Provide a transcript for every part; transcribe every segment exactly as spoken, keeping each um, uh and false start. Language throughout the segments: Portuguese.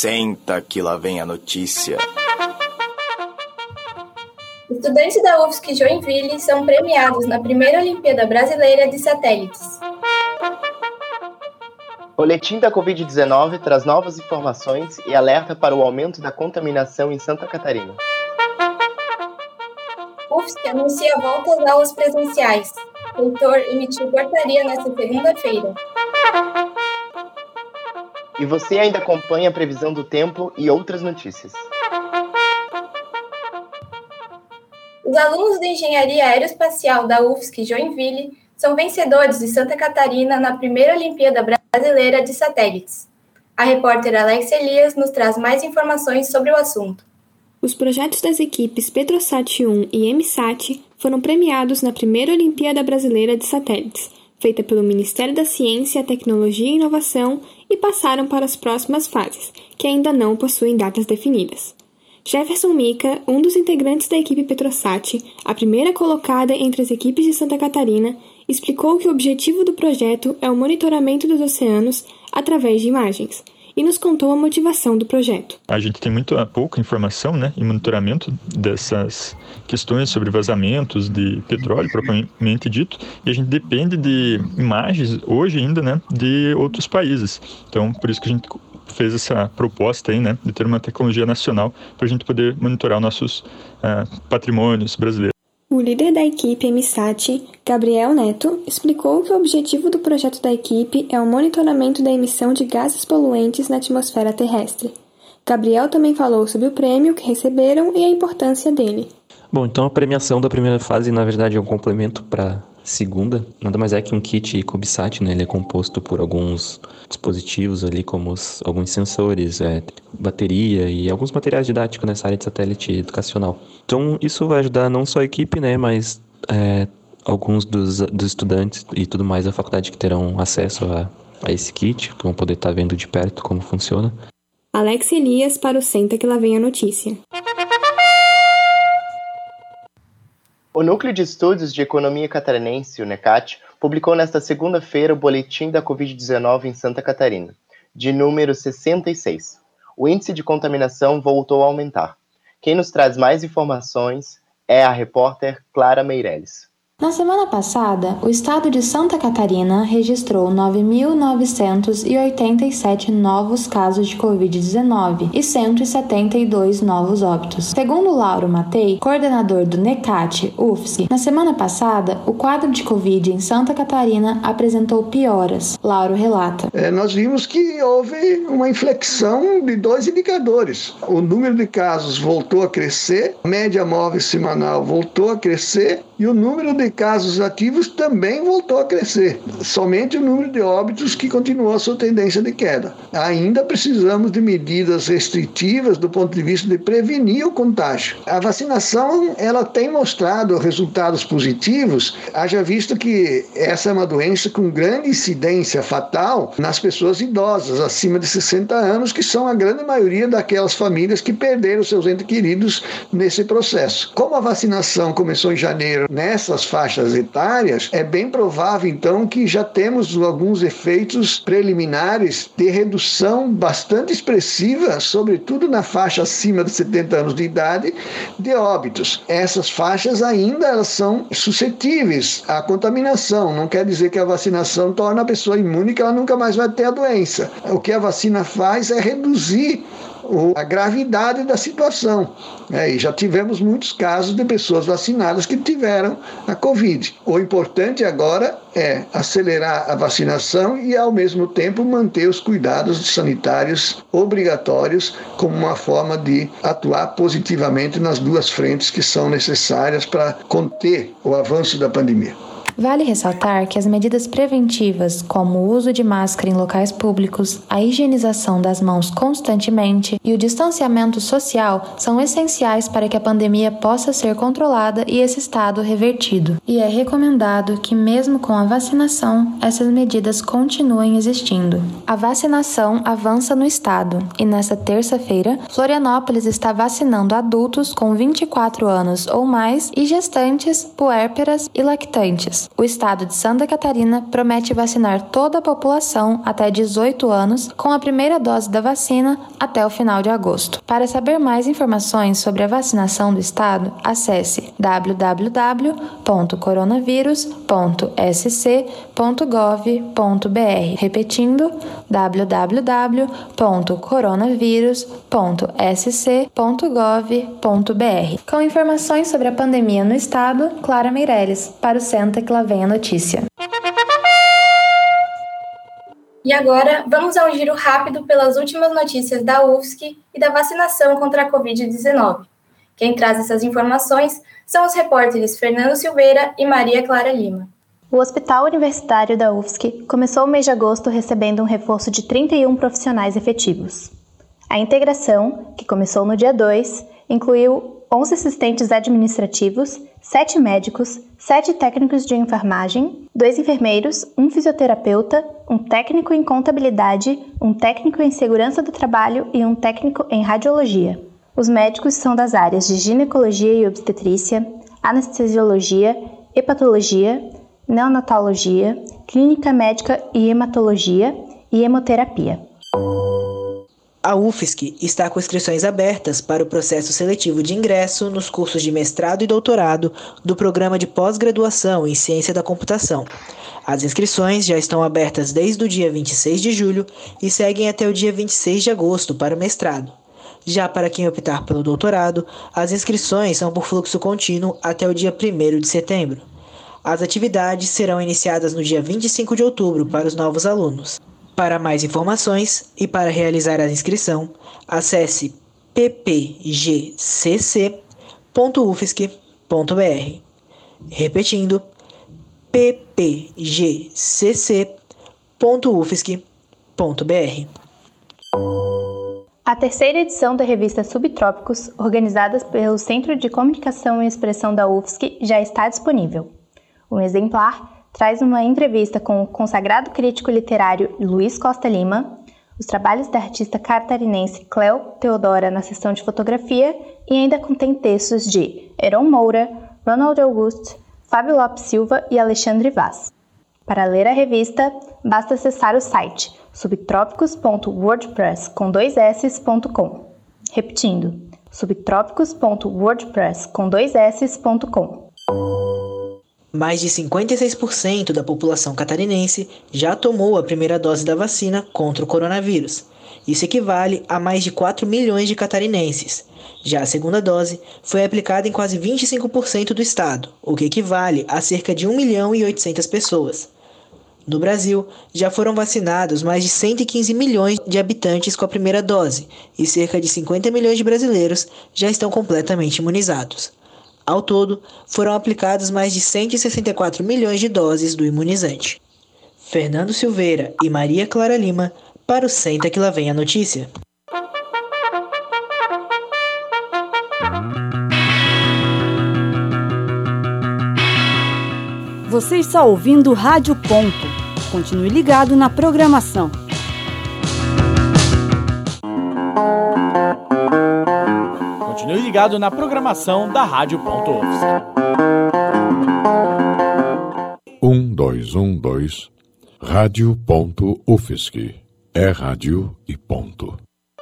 Senta que lá vem a notícia. Estudantes da U F S C Joinville são premiados na primeira Olimpíada Brasileira de Satélites. Boletim da covid dezenove traz novas informações e alerta para o aumento da contaminação em Santa Catarina. U F S C anuncia a volta às aulas presenciais. O reitor emitiu portaria nesta segunda-feira. E você ainda acompanha a previsão do tempo e outras notícias. Os alunos de Engenharia Aeroespacial da U F S C Joinville são vencedores de Santa Catarina na primeira Olimpíada Brasileira de Satélites. A repórter Alex Elias nos traz mais informações sobre o assunto. Os projetos das equipes Petrosat um e EMSAT foram premiados na primeira Olimpíada Brasileira de Satélites, feita pelo Ministério da Ciência, Tecnologia e Inovação, e passaram para as próximas fases, que ainda não possuem datas definidas. Jefferson Mica, um dos integrantes da equipe Petrosat, a primeira colocada entre as equipes de Santa Catarina, explicou que o objetivo do projeto é o monitoramento dos oceanos através de imagens, e nos contou a motivação do projeto. A gente tem muito pouca informação, né, em monitoramento dessas questões sobre vazamentos de petróleo, propriamente dito, e a gente depende de imagens, hoje ainda, né, de outros países. Então, por isso que a gente fez essa proposta aí, né, de ter uma tecnologia nacional para a gente poder monitorar os nossos uh, patrimônios brasileiros. O líder da equipe EMSAT, Gabriel Neto, explicou que o objetivo do projeto da equipe é o monitoramento da emissão de gases poluentes na atmosfera terrestre. Gabriel também falou sobre o prêmio que receberam e a importância dele. Bom, então a premiação da primeira fase, na verdade, é um complemento para a segunda. Nada mais é que um kit CubeSat, né? Ele é composto por alguns dispositivos ali, como os, alguns sensores, é, bateria e alguns materiais didáticos nessa área de satélite educacional. Então, isso vai ajudar não só a equipe, né? Mas é, alguns dos, dos estudantes e tudo mais da faculdade que terão acesso a, a esse kit, que vão poder estar vendo de perto como funciona. Alex Elias para o Senta que lá vem a notícia. O Núcleo de Estudos de Economia Catarinense, o NECAT, publicou nesta segunda-feira o Boletim da covid dezenove em Santa Catarina, de número sessenta e seis. O índice de contaminação voltou a aumentar. Quem nos traz mais informações é a repórter Clara Meirelles. Na semana passada, o estado de Santa Catarina registrou nove mil novecentos e oitenta e sete novos casos de covid dezenove e cento e setenta e dois novos óbitos. Segundo Lauro Matei, coordenador do NECAT U F S C, na semana passada, o quadro de Covid em Santa Catarina apresentou pioras. Lauro relata. É, nós vimos que houve uma inflexão de dois indicadores. O número de casos voltou a crescer, a média móvel semanal voltou a crescer e o número de casos ativos também voltou a crescer. Somente o número de óbitos que continuou a sua tendência de queda. Ainda precisamos de medidas restritivas do ponto de vista de prevenir o contágio. A vacinação, ela tem mostrado resultados positivos, haja visto que essa é uma doença com grande incidência fatal nas pessoas idosas, acima de sessenta anos, que são a grande maioria daquelas famílias que perderam seus entes queridos nesse processo. Como a vacinação começou em janeiro nessas faixas etárias, é bem provável, então, que já temos alguns efeitos preliminares de redução bastante expressiva, sobretudo na faixa acima de setenta anos de idade, de óbitos. Essas faixas ainda elas são suscetíveis à contaminação. Não quer dizer que a vacinação torna a pessoa imune, que ela nunca mais vai ter a doença. O que a vacina faz é reduzir a gravidade da situação. É, e já tivemos muitos casos de pessoas vacinadas que tiveram a Covid. O importante agora é acelerar a vacinação e, ao mesmo tempo, manter os cuidados sanitários obrigatórios como uma forma de atuar positivamente nas duas frentes que são necessárias para conter o avanço da pandemia. Vale ressaltar que as medidas preventivas, como o uso de máscara em locais públicos, a higienização das mãos constantemente e o distanciamento social são essenciais para que a pandemia possa ser controlada e esse estado revertido. E é recomendado que, mesmo com a vacinação, essas medidas continuem existindo. A vacinação avança no estado e, nesta terça-feira, Florianópolis está vacinando adultos com vinte e quatro anos ou mais e gestantes, puérperas e lactantes. doses. O estado de Santa Catarina promete vacinar toda a população até dezoito anos com a primeira dose da vacina até o final de agosto. Para saber mais informações sobre a vacinação do estado, acesse w w w ponto coronavírus ponto s c ponto gov ponto b r. Repetindo, w w w ponto coronavírus ponto s c ponto gov ponto b r. Com informações sobre a pandemia no estado, Clara Meirelles, para o Senta que lá vem a notícia. E agora, vamos a um giro rápido pelas últimas notícias da U F S C e da vacinação contra a covid dezenove. Quem traz essas informações são os repórteres Fernando Silveira e Maria Clara Lima. O Hospital Universitário da U F S C começou o mês de agosto recebendo um reforço de trinta e um profissionais efetivos. A integração, que começou no dia dois, incluiu onze assistentes administrativos, sete médicos, sete técnicos de enfermagem, dois enfermeiros, um fisioterapeuta, um técnico em contabilidade, um técnico em segurança do trabalho e um técnico em radiologia. Os médicos são das áreas de ginecologia e obstetrícia, anestesiologia, hepatologia, neonatologia, clínica médica e hematologia e hemoterapia. A U F S C está com inscrições abertas para o processo seletivo de ingresso nos cursos de mestrado e doutorado do Programa de Pós-Graduação em Ciência da Computação. As inscrições já estão abertas desde o dia vinte e seis de julho e seguem até o dia vinte e seis de agosto para o mestrado. Já para quem optar pelo doutorado, as inscrições são por fluxo contínuo até o dia primeiro de setembro. As atividades serão iniciadas no dia vinte e cinco de outubro para os novos alunos. Para mais informações e para realizar a inscrição, acesse p p g c c ponto u f s c ponto b r. Repetindo, p p g c c ponto u f s c ponto b r. A terceira edição da revista Subtrópicos, organizada pelo Centro de Comunicação e Expressão da U F S C, já está disponível. Um exemplar traz uma entrevista com o consagrado crítico literário Luiz Costa Lima, os trabalhos da artista catarinense Cléo Teodora na seção de fotografia e ainda contém textos de Heron Moura, Ronald Auguste, Fábio Lopes Silva e Alexandre Vaz. Para ler a revista, basta acessar o site subtrópicos ponto wordpress com dois s ponto com. Repetindo, subtrópicos ponto wordpress com dois s ponto com. Mais de cinquenta e seis por cento da população catarinense já tomou a primeira dose da vacina contra o coronavírus. Isso equivale a mais de quatro milhões de catarinenses. Já a segunda dose foi aplicada em quase vinte e cinco por cento do estado, o que equivale a cerca de um milhão e oitocentas pessoas. No Brasil, já foram vacinados mais de cento e quinze milhões de habitantes com a primeira dose e cerca de cinquenta milhões de brasileiros já estão completamente imunizados. Ao todo, foram aplicados mais de cento e sessenta e quatro milhões de doses do imunizante. Fernando Silveira e Maria Clara Lima, para o Senta que lá vem a notícia. Você está ouvindo Rádio Ponto. Continue ligado na programação. Continue ligado na programação da Rádio Ponto U F S C. um, dois, um, dois, Rádio Ponto U F S C. É rádio e ponto.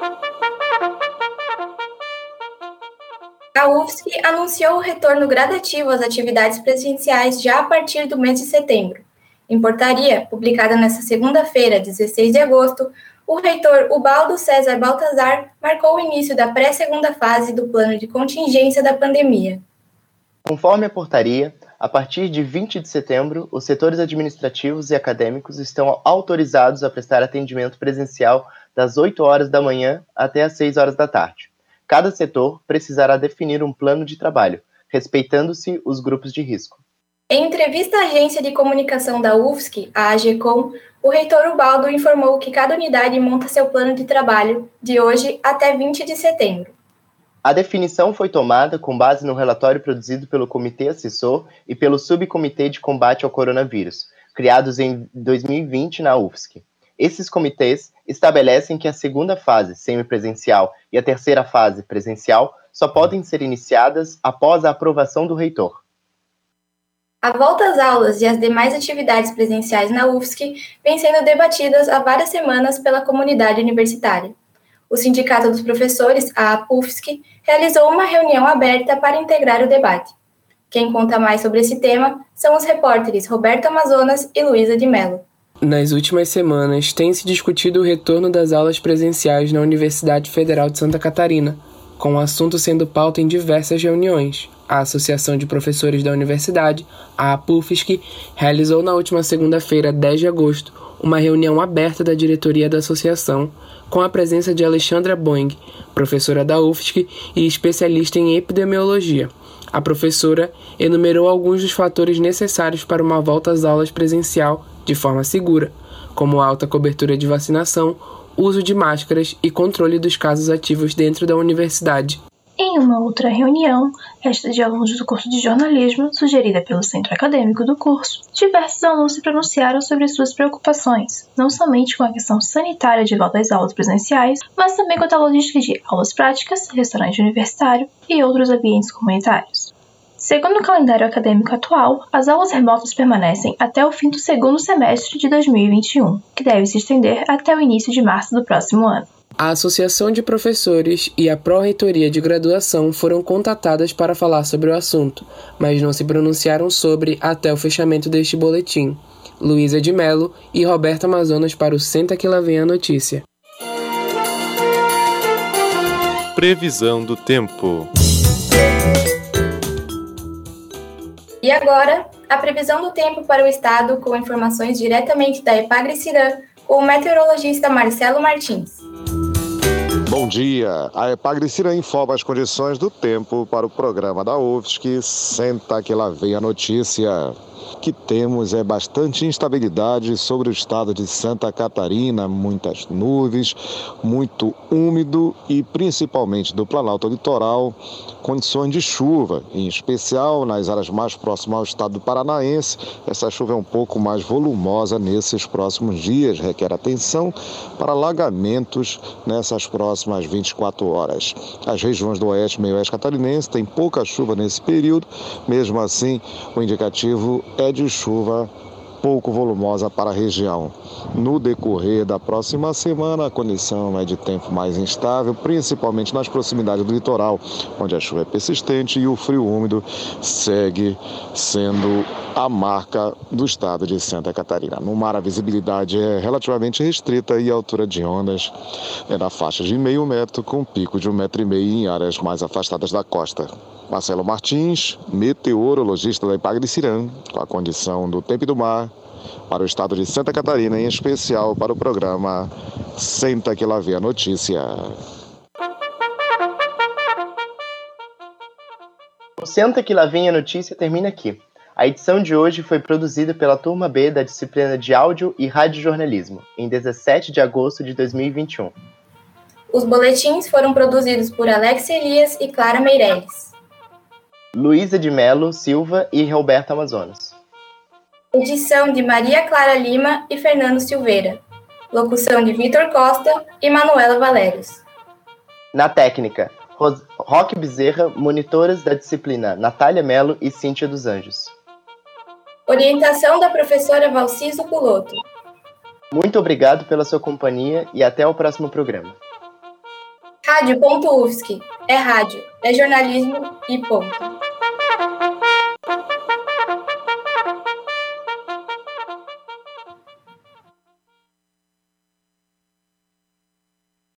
A U F S C anunciou o retorno gradativo às atividades presenciais já a partir do mês de setembro. Em portaria, publicada nesta segunda-feira, dezesseis de agosto, o reitor Ubaldo César Baltazar marcou o início da pré-segunda fase do plano de contingência da pandemia. Conforme a portaria, a partir de vinte de setembro, os setores administrativos e acadêmicos estão autorizados a prestar atendimento presencial das oito horas da manhã até as seis horas da tarde. Cada setor precisará definir um plano de trabalho, respeitando-se os grupos de risco. Em entrevista à agência de comunicação da U F S C, a AGECOM, o reitor Ubaldo informou que cada unidade monta seu plano de trabalho de hoje até vinte de setembro. A definição foi tomada com base no relatório produzido pelo Comitê Assessor e pelo Subcomitê de Combate ao Coronavírus, criados em dois mil e vinte na U F S C. Esses comitês estabelecem que a segunda fase, semipresencial, e a terceira fase, presencial, só podem ser iniciadas após a aprovação do reitor. A volta às aulas e as demais atividades presenciais na U F S C vêm sendo debatidas há várias semanas pela comunidade universitária. O Sindicato dos Professores, a A P U F S C, realizou uma reunião aberta para integrar o debate. Quem conta mais sobre esse tema são os repórteres Roberto Amazonas e Luísa de Mello. Nas últimas semanas, tem se discutido o retorno das aulas presenciais na Universidade Federal de Santa Catarina, com o assunto sendo pauta em diversas reuniões. A Associação de Professores da Universidade, a A P U F S C, realizou na última segunda-feira, dez de agosto, uma reunião aberta da diretoria da associação, com a presença de Alexandra Boing, professora da U F S C e especialista em epidemiologia. A professora enumerou alguns dos fatores necessários para uma volta às aulas presencial de forma segura, como alta cobertura de vacinação, uso de máscaras e controle dos casos ativos dentro da universidade. Em uma outra reunião, esta de alunos do curso de jornalismo, sugerida pelo centro acadêmico do curso, diversos alunos se pronunciaram sobre suas preocupações, não somente com a questão sanitária de volta às aulas presenciais, mas também quanto à logística de aulas práticas, restaurante universitário e outros ambientes comunitários. Segundo o calendário acadêmico atual, as aulas remotas permanecem até o fim do segundo semestre de dois mil e vinte e um, que deve se estender até o início de março do próximo ano. A Associação de Professores e a Pró-Reitoria de Graduação foram contatadas para falar sobre o assunto, mas não se pronunciaram sobre até o fechamento deste boletim. Luísa de Mello e Roberto Amazonas para o Senta que lá vem a notícia. Previsão do tempo. E agora, a previsão do tempo para o estado com informações diretamente da Epagre-Cirã com o meteorologista Marcelo Martins. Bom dia! A Epagre-Cirã informa as condições do tempo para o programa da U F S C. Senta que lá vem a notícia. O que temos é bastante instabilidade sobre o estado de Santa Catarina, muitas nuvens, muito úmido e principalmente do Planalto Litoral, condições de chuva, em especial nas áreas mais próximas ao estado paranaense. Essa chuva é um pouco mais volumosa nesses próximos dias, requer atenção para alagamentos nessas próximas vinte e quatro horas. As regiões do oeste e meio-oeste catarinense têm pouca chuva nesse período, mesmo assim o indicativo é de chuva pouco volumosa para a região. No decorrer da próxima semana, a condição é de tempo mais instável, principalmente nas proximidades do litoral, onde a chuva é persistente e o frio úmido segue sendo a marca do estado de Santa Catarina. No mar, a visibilidade é relativamente restrita e a altura de ondas é na faixa de meio metro, com pico de um metro e meio em áreas mais afastadas da costa. Marcelo Martins, meteorologista da Epagre-Cirã, com a condição do tempo e do mar para o estado de Santa Catarina, em especial para o programa Senta que lá vem a notícia. O Senta que lá vem a notícia termina aqui. A edição de hoje foi produzida pela Turma B da disciplina de Áudio e Radiojornalismo, em dezessete de agosto de dois mil e vinte e um. Os boletins foram produzidos por Alex Elias e Clara Meirelles. Luísa de Mello Silva e Roberto Amazonas. Edição de Maria Clara Lima e Fernando Silveira. Locução de Vitor Costa e Manuela Valérios. Na técnica, Ros- Roque Bezerra, monitoras da disciplina Natália Mello e Cíntia dos Anjos. Orientação da professora Valciso Culoto. Muito obrigado pela sua companhia e até o próximo programa. Rádio ponto U F S C. É rádio, é jornalismo e ponto.